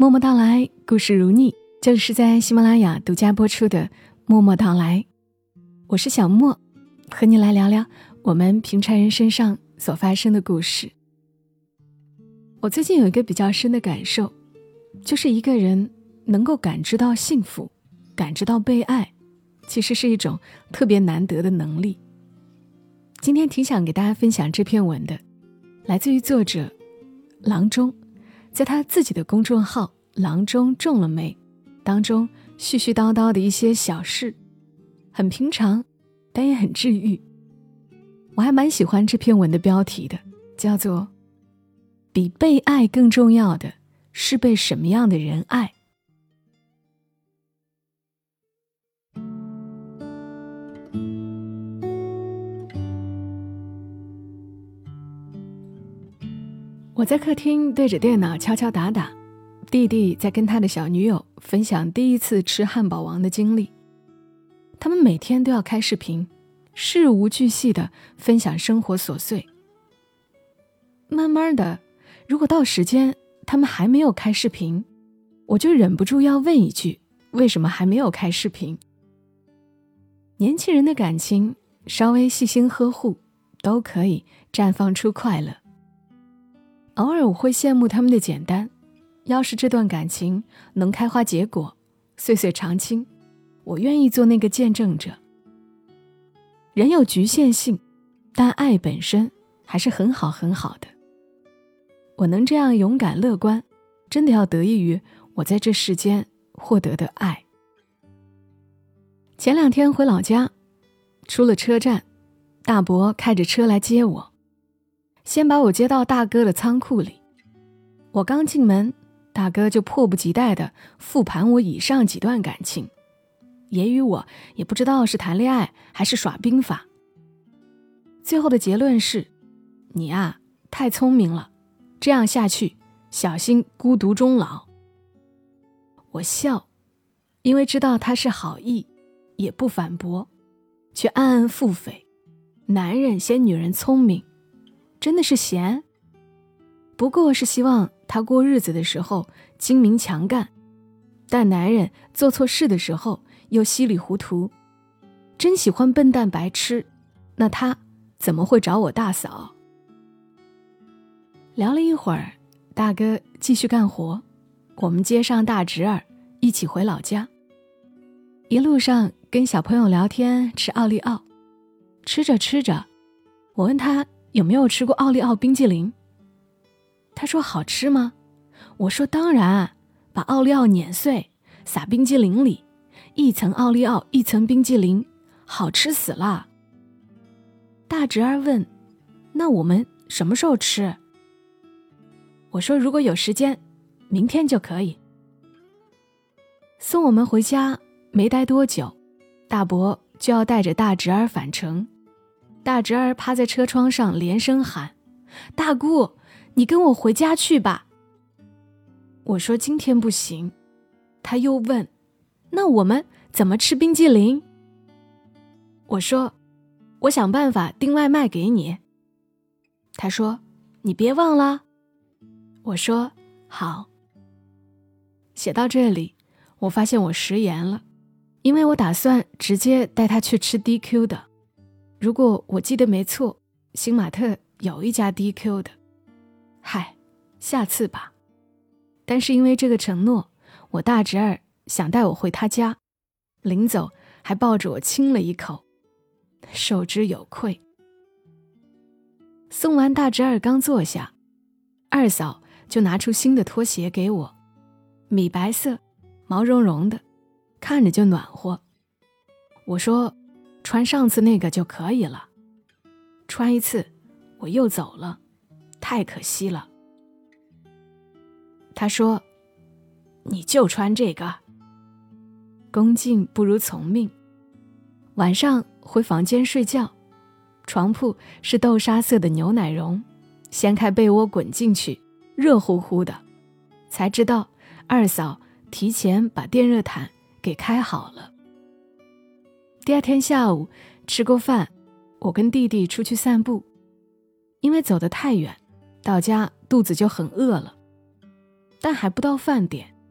默默到来，故事如你，这里是在喜马拉雅独家播出的默默到来。我是小默，和你来聊聊我们平常人身上所发生的故事。我最近有一个比较深的感受，就是一个人能够感知到幸福，感知到被爱，其实是一种特别难得的能力。今天挺想给大家分享这篇文的，来自于作者郎中，在他自己的公众号郎中中了没当中絮絮叨叨的一些小事，很平常，但也很治愈。我还蛮喜欢这篇文的标题的，叫做比被爱更重要的是被什么样的人爱。我在客厅对着电脑敲敲打打，弟弟在跟他的小女友分享第一次吃汉堡王的经历。他们每天都要开视频，事无巨细地分享生活琐碎。慢慢的，如果到时间他们还没有开视频，我就忍不住要问一句，为什么还没有开视频？年轻人的感情稍微细心呵护，都可以绽放出快乐。偶尔我会羡慕他们的简单，要是这段感情能开花结果，岁岁长青，我愿意做那个见证者。人有局限性，但爱本身还是很好很好的。我能这样勇敢乐观，真的要得益于我在这世间获得的爱。前2天回老家，出了车站，大伯开着车来接我，先把我接到大哥的仓库里。我刚进门，大哥就迫不及待地复盘我以上几段感情，揶揄我也不知道是谈恋爱还是耍兵法。最后的结论是，你啊，太聪明了，这样下去小心孤独终老。我笑，因为知道他是好意，也不反驳，却暗暗腹诽，男人嫌女人聪明，真的是闲？不过是希望他过日子的时候精明强干，但男人做错事的时候又稀里糊涂，真喜欢笨蛋白痴，那他怎么会找我大嫂？聊了一会儿，大哥继续干活，我们接上大侄儿一起回老家。一路上跟小朋友聊天，吃奥利奥，吃着吃着，我问他有没有吃过奥利奥冰激凌。他说好吃吗？我说当然，把奥利奥碾碎，撒冰激凌里，一层奥利奥一层冰激凌，好吃死了。大侄儿问，那我们什么时候吃？我说如果有时间，明天就可以。送我们回家没待多久，大伯就要带着大侄儿返程。大侄儿趴在车窗上连声喊，大姑，你跟我回家去吧。我说今天不行。他又问，那我们怎么吃冰激凌？我说我想办法订外卖给你。他说你别忘了。我说好。写到这里，我发现我食言了，因为我打算直接带他去吃 DQ 的。如果我记得没错，新玛特有一家 DQ 的。嗨，下次吧。但是因为这个承诺，我大侄儿想带我回他家，临走还抱着我亲了一口，受之有愧。送完大侄儿刚坐下，二嫂就拿出新的拖鞋给我，米白色，毛茸茸的，看着就暖和。我说穿上次那个就可以了。穿一次我又走了，太可惜了。他说你就穿这个。恭敬不如从命。晚上回房间睡觉，床铺是豆沙色的牛奶绒，掀开被窝滚进去，热乎乎的，才知道二嫂提前把电热毯给开好了。第2天下午吃过饭，我跟弟弟出去散步，因为走得太远，到家肚子就很饿了，但还不到饭点，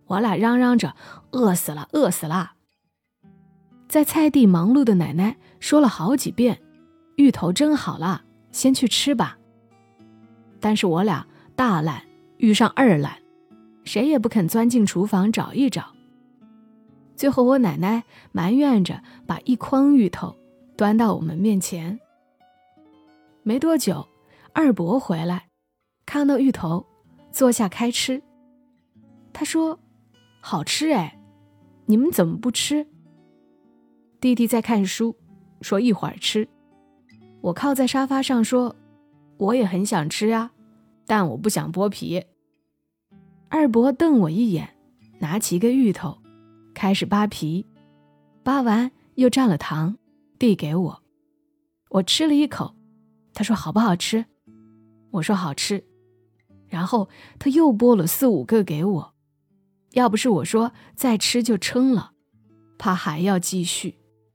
我俩嚷嚷着饿死了饿死了。在菜地忙碌的奶奶说了好几遍，芋头蒸好了，先去吃吧。但是我俩大懒遇上二懒，谁也不肯钻进厨房找一找。最后我奶奶埋怨着把一筐芋头端到我们面前。没多久，二伯回来，看到芋头，坐下开吃。他说：“好吃哎，你们怎么不吃？”弟弟在看书，说一会儿吃。我靠在沙发上说：“我也很想吃啊，但我不想剥皮。”二伯瞪我一眼，拿起一个芋头，开始扒皮，扒完又蘸了糖，递给我。我吃了一口，他说好不好吃？我说好吃。然后他又剥了4、5个给我，要不是我说再吃就撑了，怕还要继续。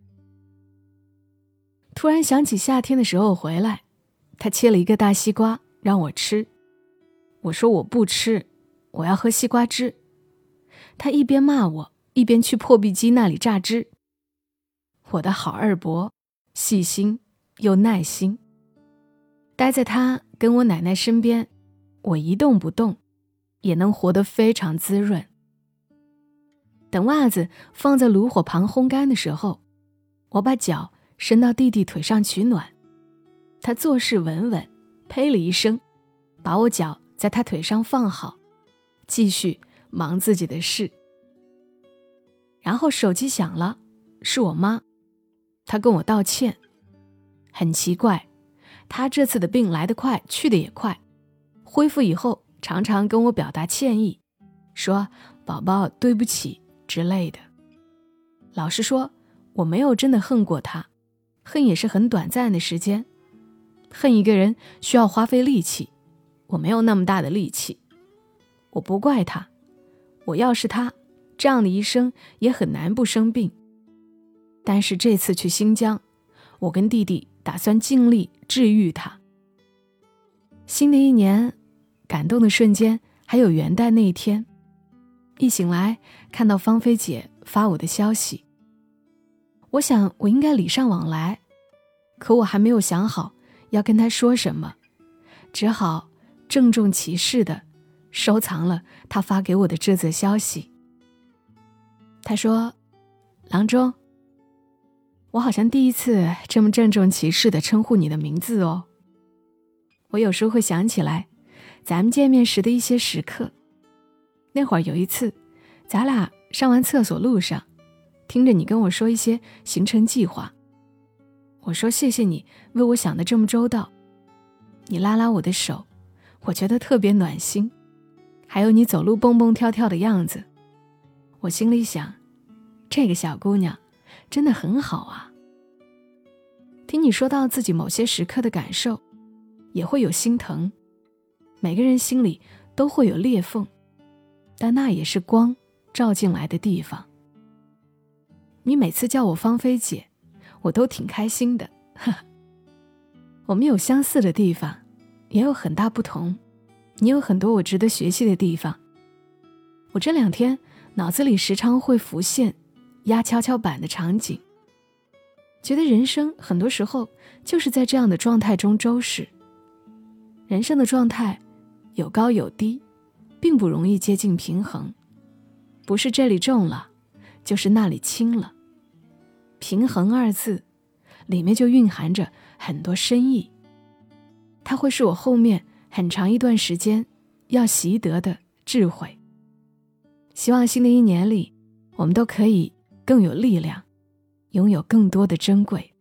突然想起夏天的时候回来，他切了一个大西瓜让我吃，我说我不吃，我要喝西瓜汁。他一边骂我，一边去破壁机那里榨汁。我的好二伯，细心又耐心。待在他跟我奶奶身边，我一动不动，也能活得非常滋润。等袜子放在炉火旁烘干的时候，我把脚伸到弟弟腿上取暖，他做事稳稳，呸了一声，把我脚在他腿上放好，继续忙自己的事。然后手机响了，是我妈，她跟我道歉。很奇怪，她这次的病来得快，去得也快，恢复以后常常跟我表达歉意，说宝宝对不起之类的。老实说，我没有真的恨过她，恨也是很短暂的时间。恨一个人需要花费力气，我没有那么大的力气。我不怪她，我要是她，这样的一生也很难不生病。但是这次去新疆，我跟弟弟打算尽力治愈她。新的一年，感动的瞬间还有元旦那一天，一醒来看到芳菲姐发我的消息，我想我应该礼尚往来，可我还没有想好要跟她说什么，只好郑重其事地收藏了她发给我的这则消息。她说：“郎中，我好像第一次这么郑重其事地称呼你的名字哦。我有时候会想起来咱们见面时的一些时刻。那会儿有一次，咱俩上完厕所路上，听着你跟我说一些行程计划，我说谢谢你为我想得这么周到。你拉拉我的手，我觉得特别暖心，还有你走路蹦蹦跳跳的样子，我心里想，这个小姑娘真的很好啊。听你说到自己某些时刻的感受，也会有心疼。每个人心里都会有裂缝，但那也是光照进来的地方。你每次叫我芳菲姐，我都挺开心的。我们有相似的地方，也有很大不同。你有很多我值得学习的地方。我这2天脑子里时常会浮现压跷跷板的场景，觉得人生很多时候就是在这样的状态中周逝。人生的状态有高有低，并不容易接近平衡，不是这里重了，就是那里轻了。平衡2字里面就蕴含着很多深意，它会是我后面很长一段时间要习得的智慧。希望新的一年里，我们都可以更有力量，拥有更多的珍贵。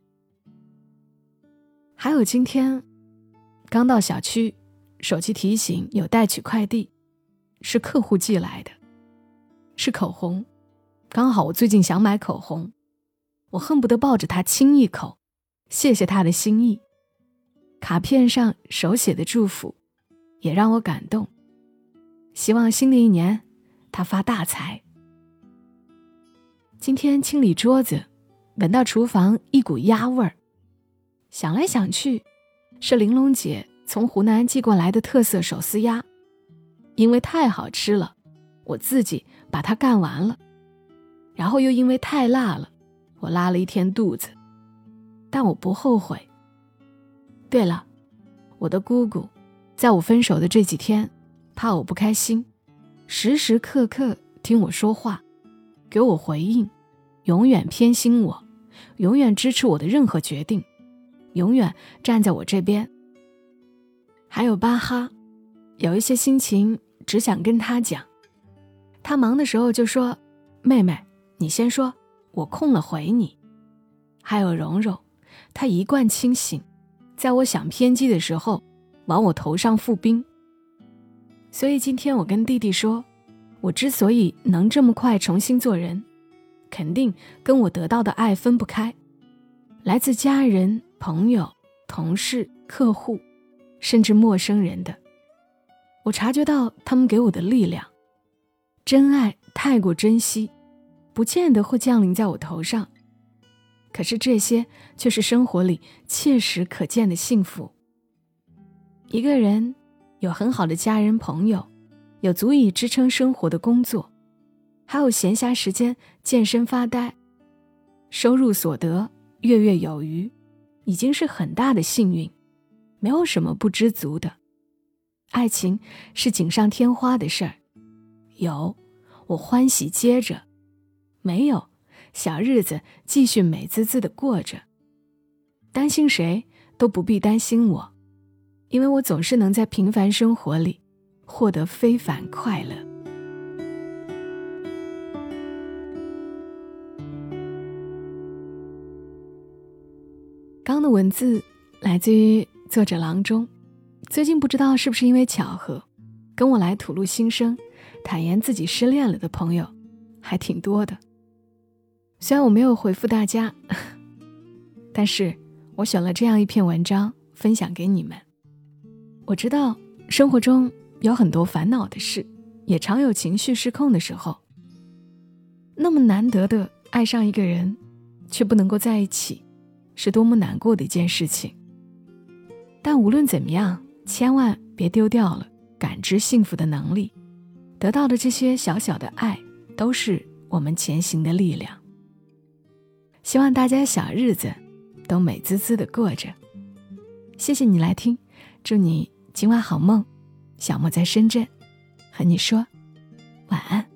还有今天刚到小区，手机提醒有待取快递，是客户寄来的，是口红。刚好我最近想买口红，我恨不得抱着它亲一口，谢谢他的心意。卡片上手写的祝福也让我感动，希望新的一年他发大财。今天清理桌子，闻到厨房一股鸭味儿，想来想去，是玲珑姐从湖南寄过来的特色手撕鸭，因为太好吃了，我自己把它干完了，然后又因为太辣了，我拉了一天肚子，但我不后悔。对了，我的姑姑在我分手的这几天，怕我不开心，时时刻刻听我说话，给我回应，永远偏心我，永远支持我的任何决定，永远站在我这边。还有巴哈，有一些心情只想跟他讲，他忙的时候就说，妹妹你先说，我空了回你。还有蓉蓉，她一贯清醒，在我想偏激的时候往我头上付冰。所以今天我跟弟弟说，我之所以能这么快重新做人，肯定跟我得到的爱分不开，来自家人、朋友、同事、客户，甚至陌生人的。我察觉到他们给我的力量。真爱太过珍惜，不见得会降临在我头上，可是这些却是生活里切实可见的幸福。一个人有很好的家人朋友，有足以支撑生活的工作，还有闲暇时间健身发呆，收入所得月月有余，已经是很大的幸运，没有什么不知足的。爱情是锦上添花的事儿，有我欢喜接着，没有小日子继续美滋滋地过着。担心谁都不必担心我，因为我总是能在平凡生活里获得非凡快乐。刚刚的文字来自于作者郎中，最近不知道是不是因为巧合，跟我来吐露心声，坦言自己失恋了的朋友还挺多的。虽然我没有回复大家，但是我选了这样一篇文章分享给你们。我知道生活中有很多烦恼的事，也常有情绪失控的时候，那么难得的爱上一个人，却不能够在一起，是多么难过的一件事情。但无论怎么样，千万别丢掉了感知幸福的能力，得到的这些小小的爱，都是我们前行的力量。希望大家小日子都美滋滋地过着。谢谢你来听，祝你今晚好梦。小莫在深圳和你说晚安。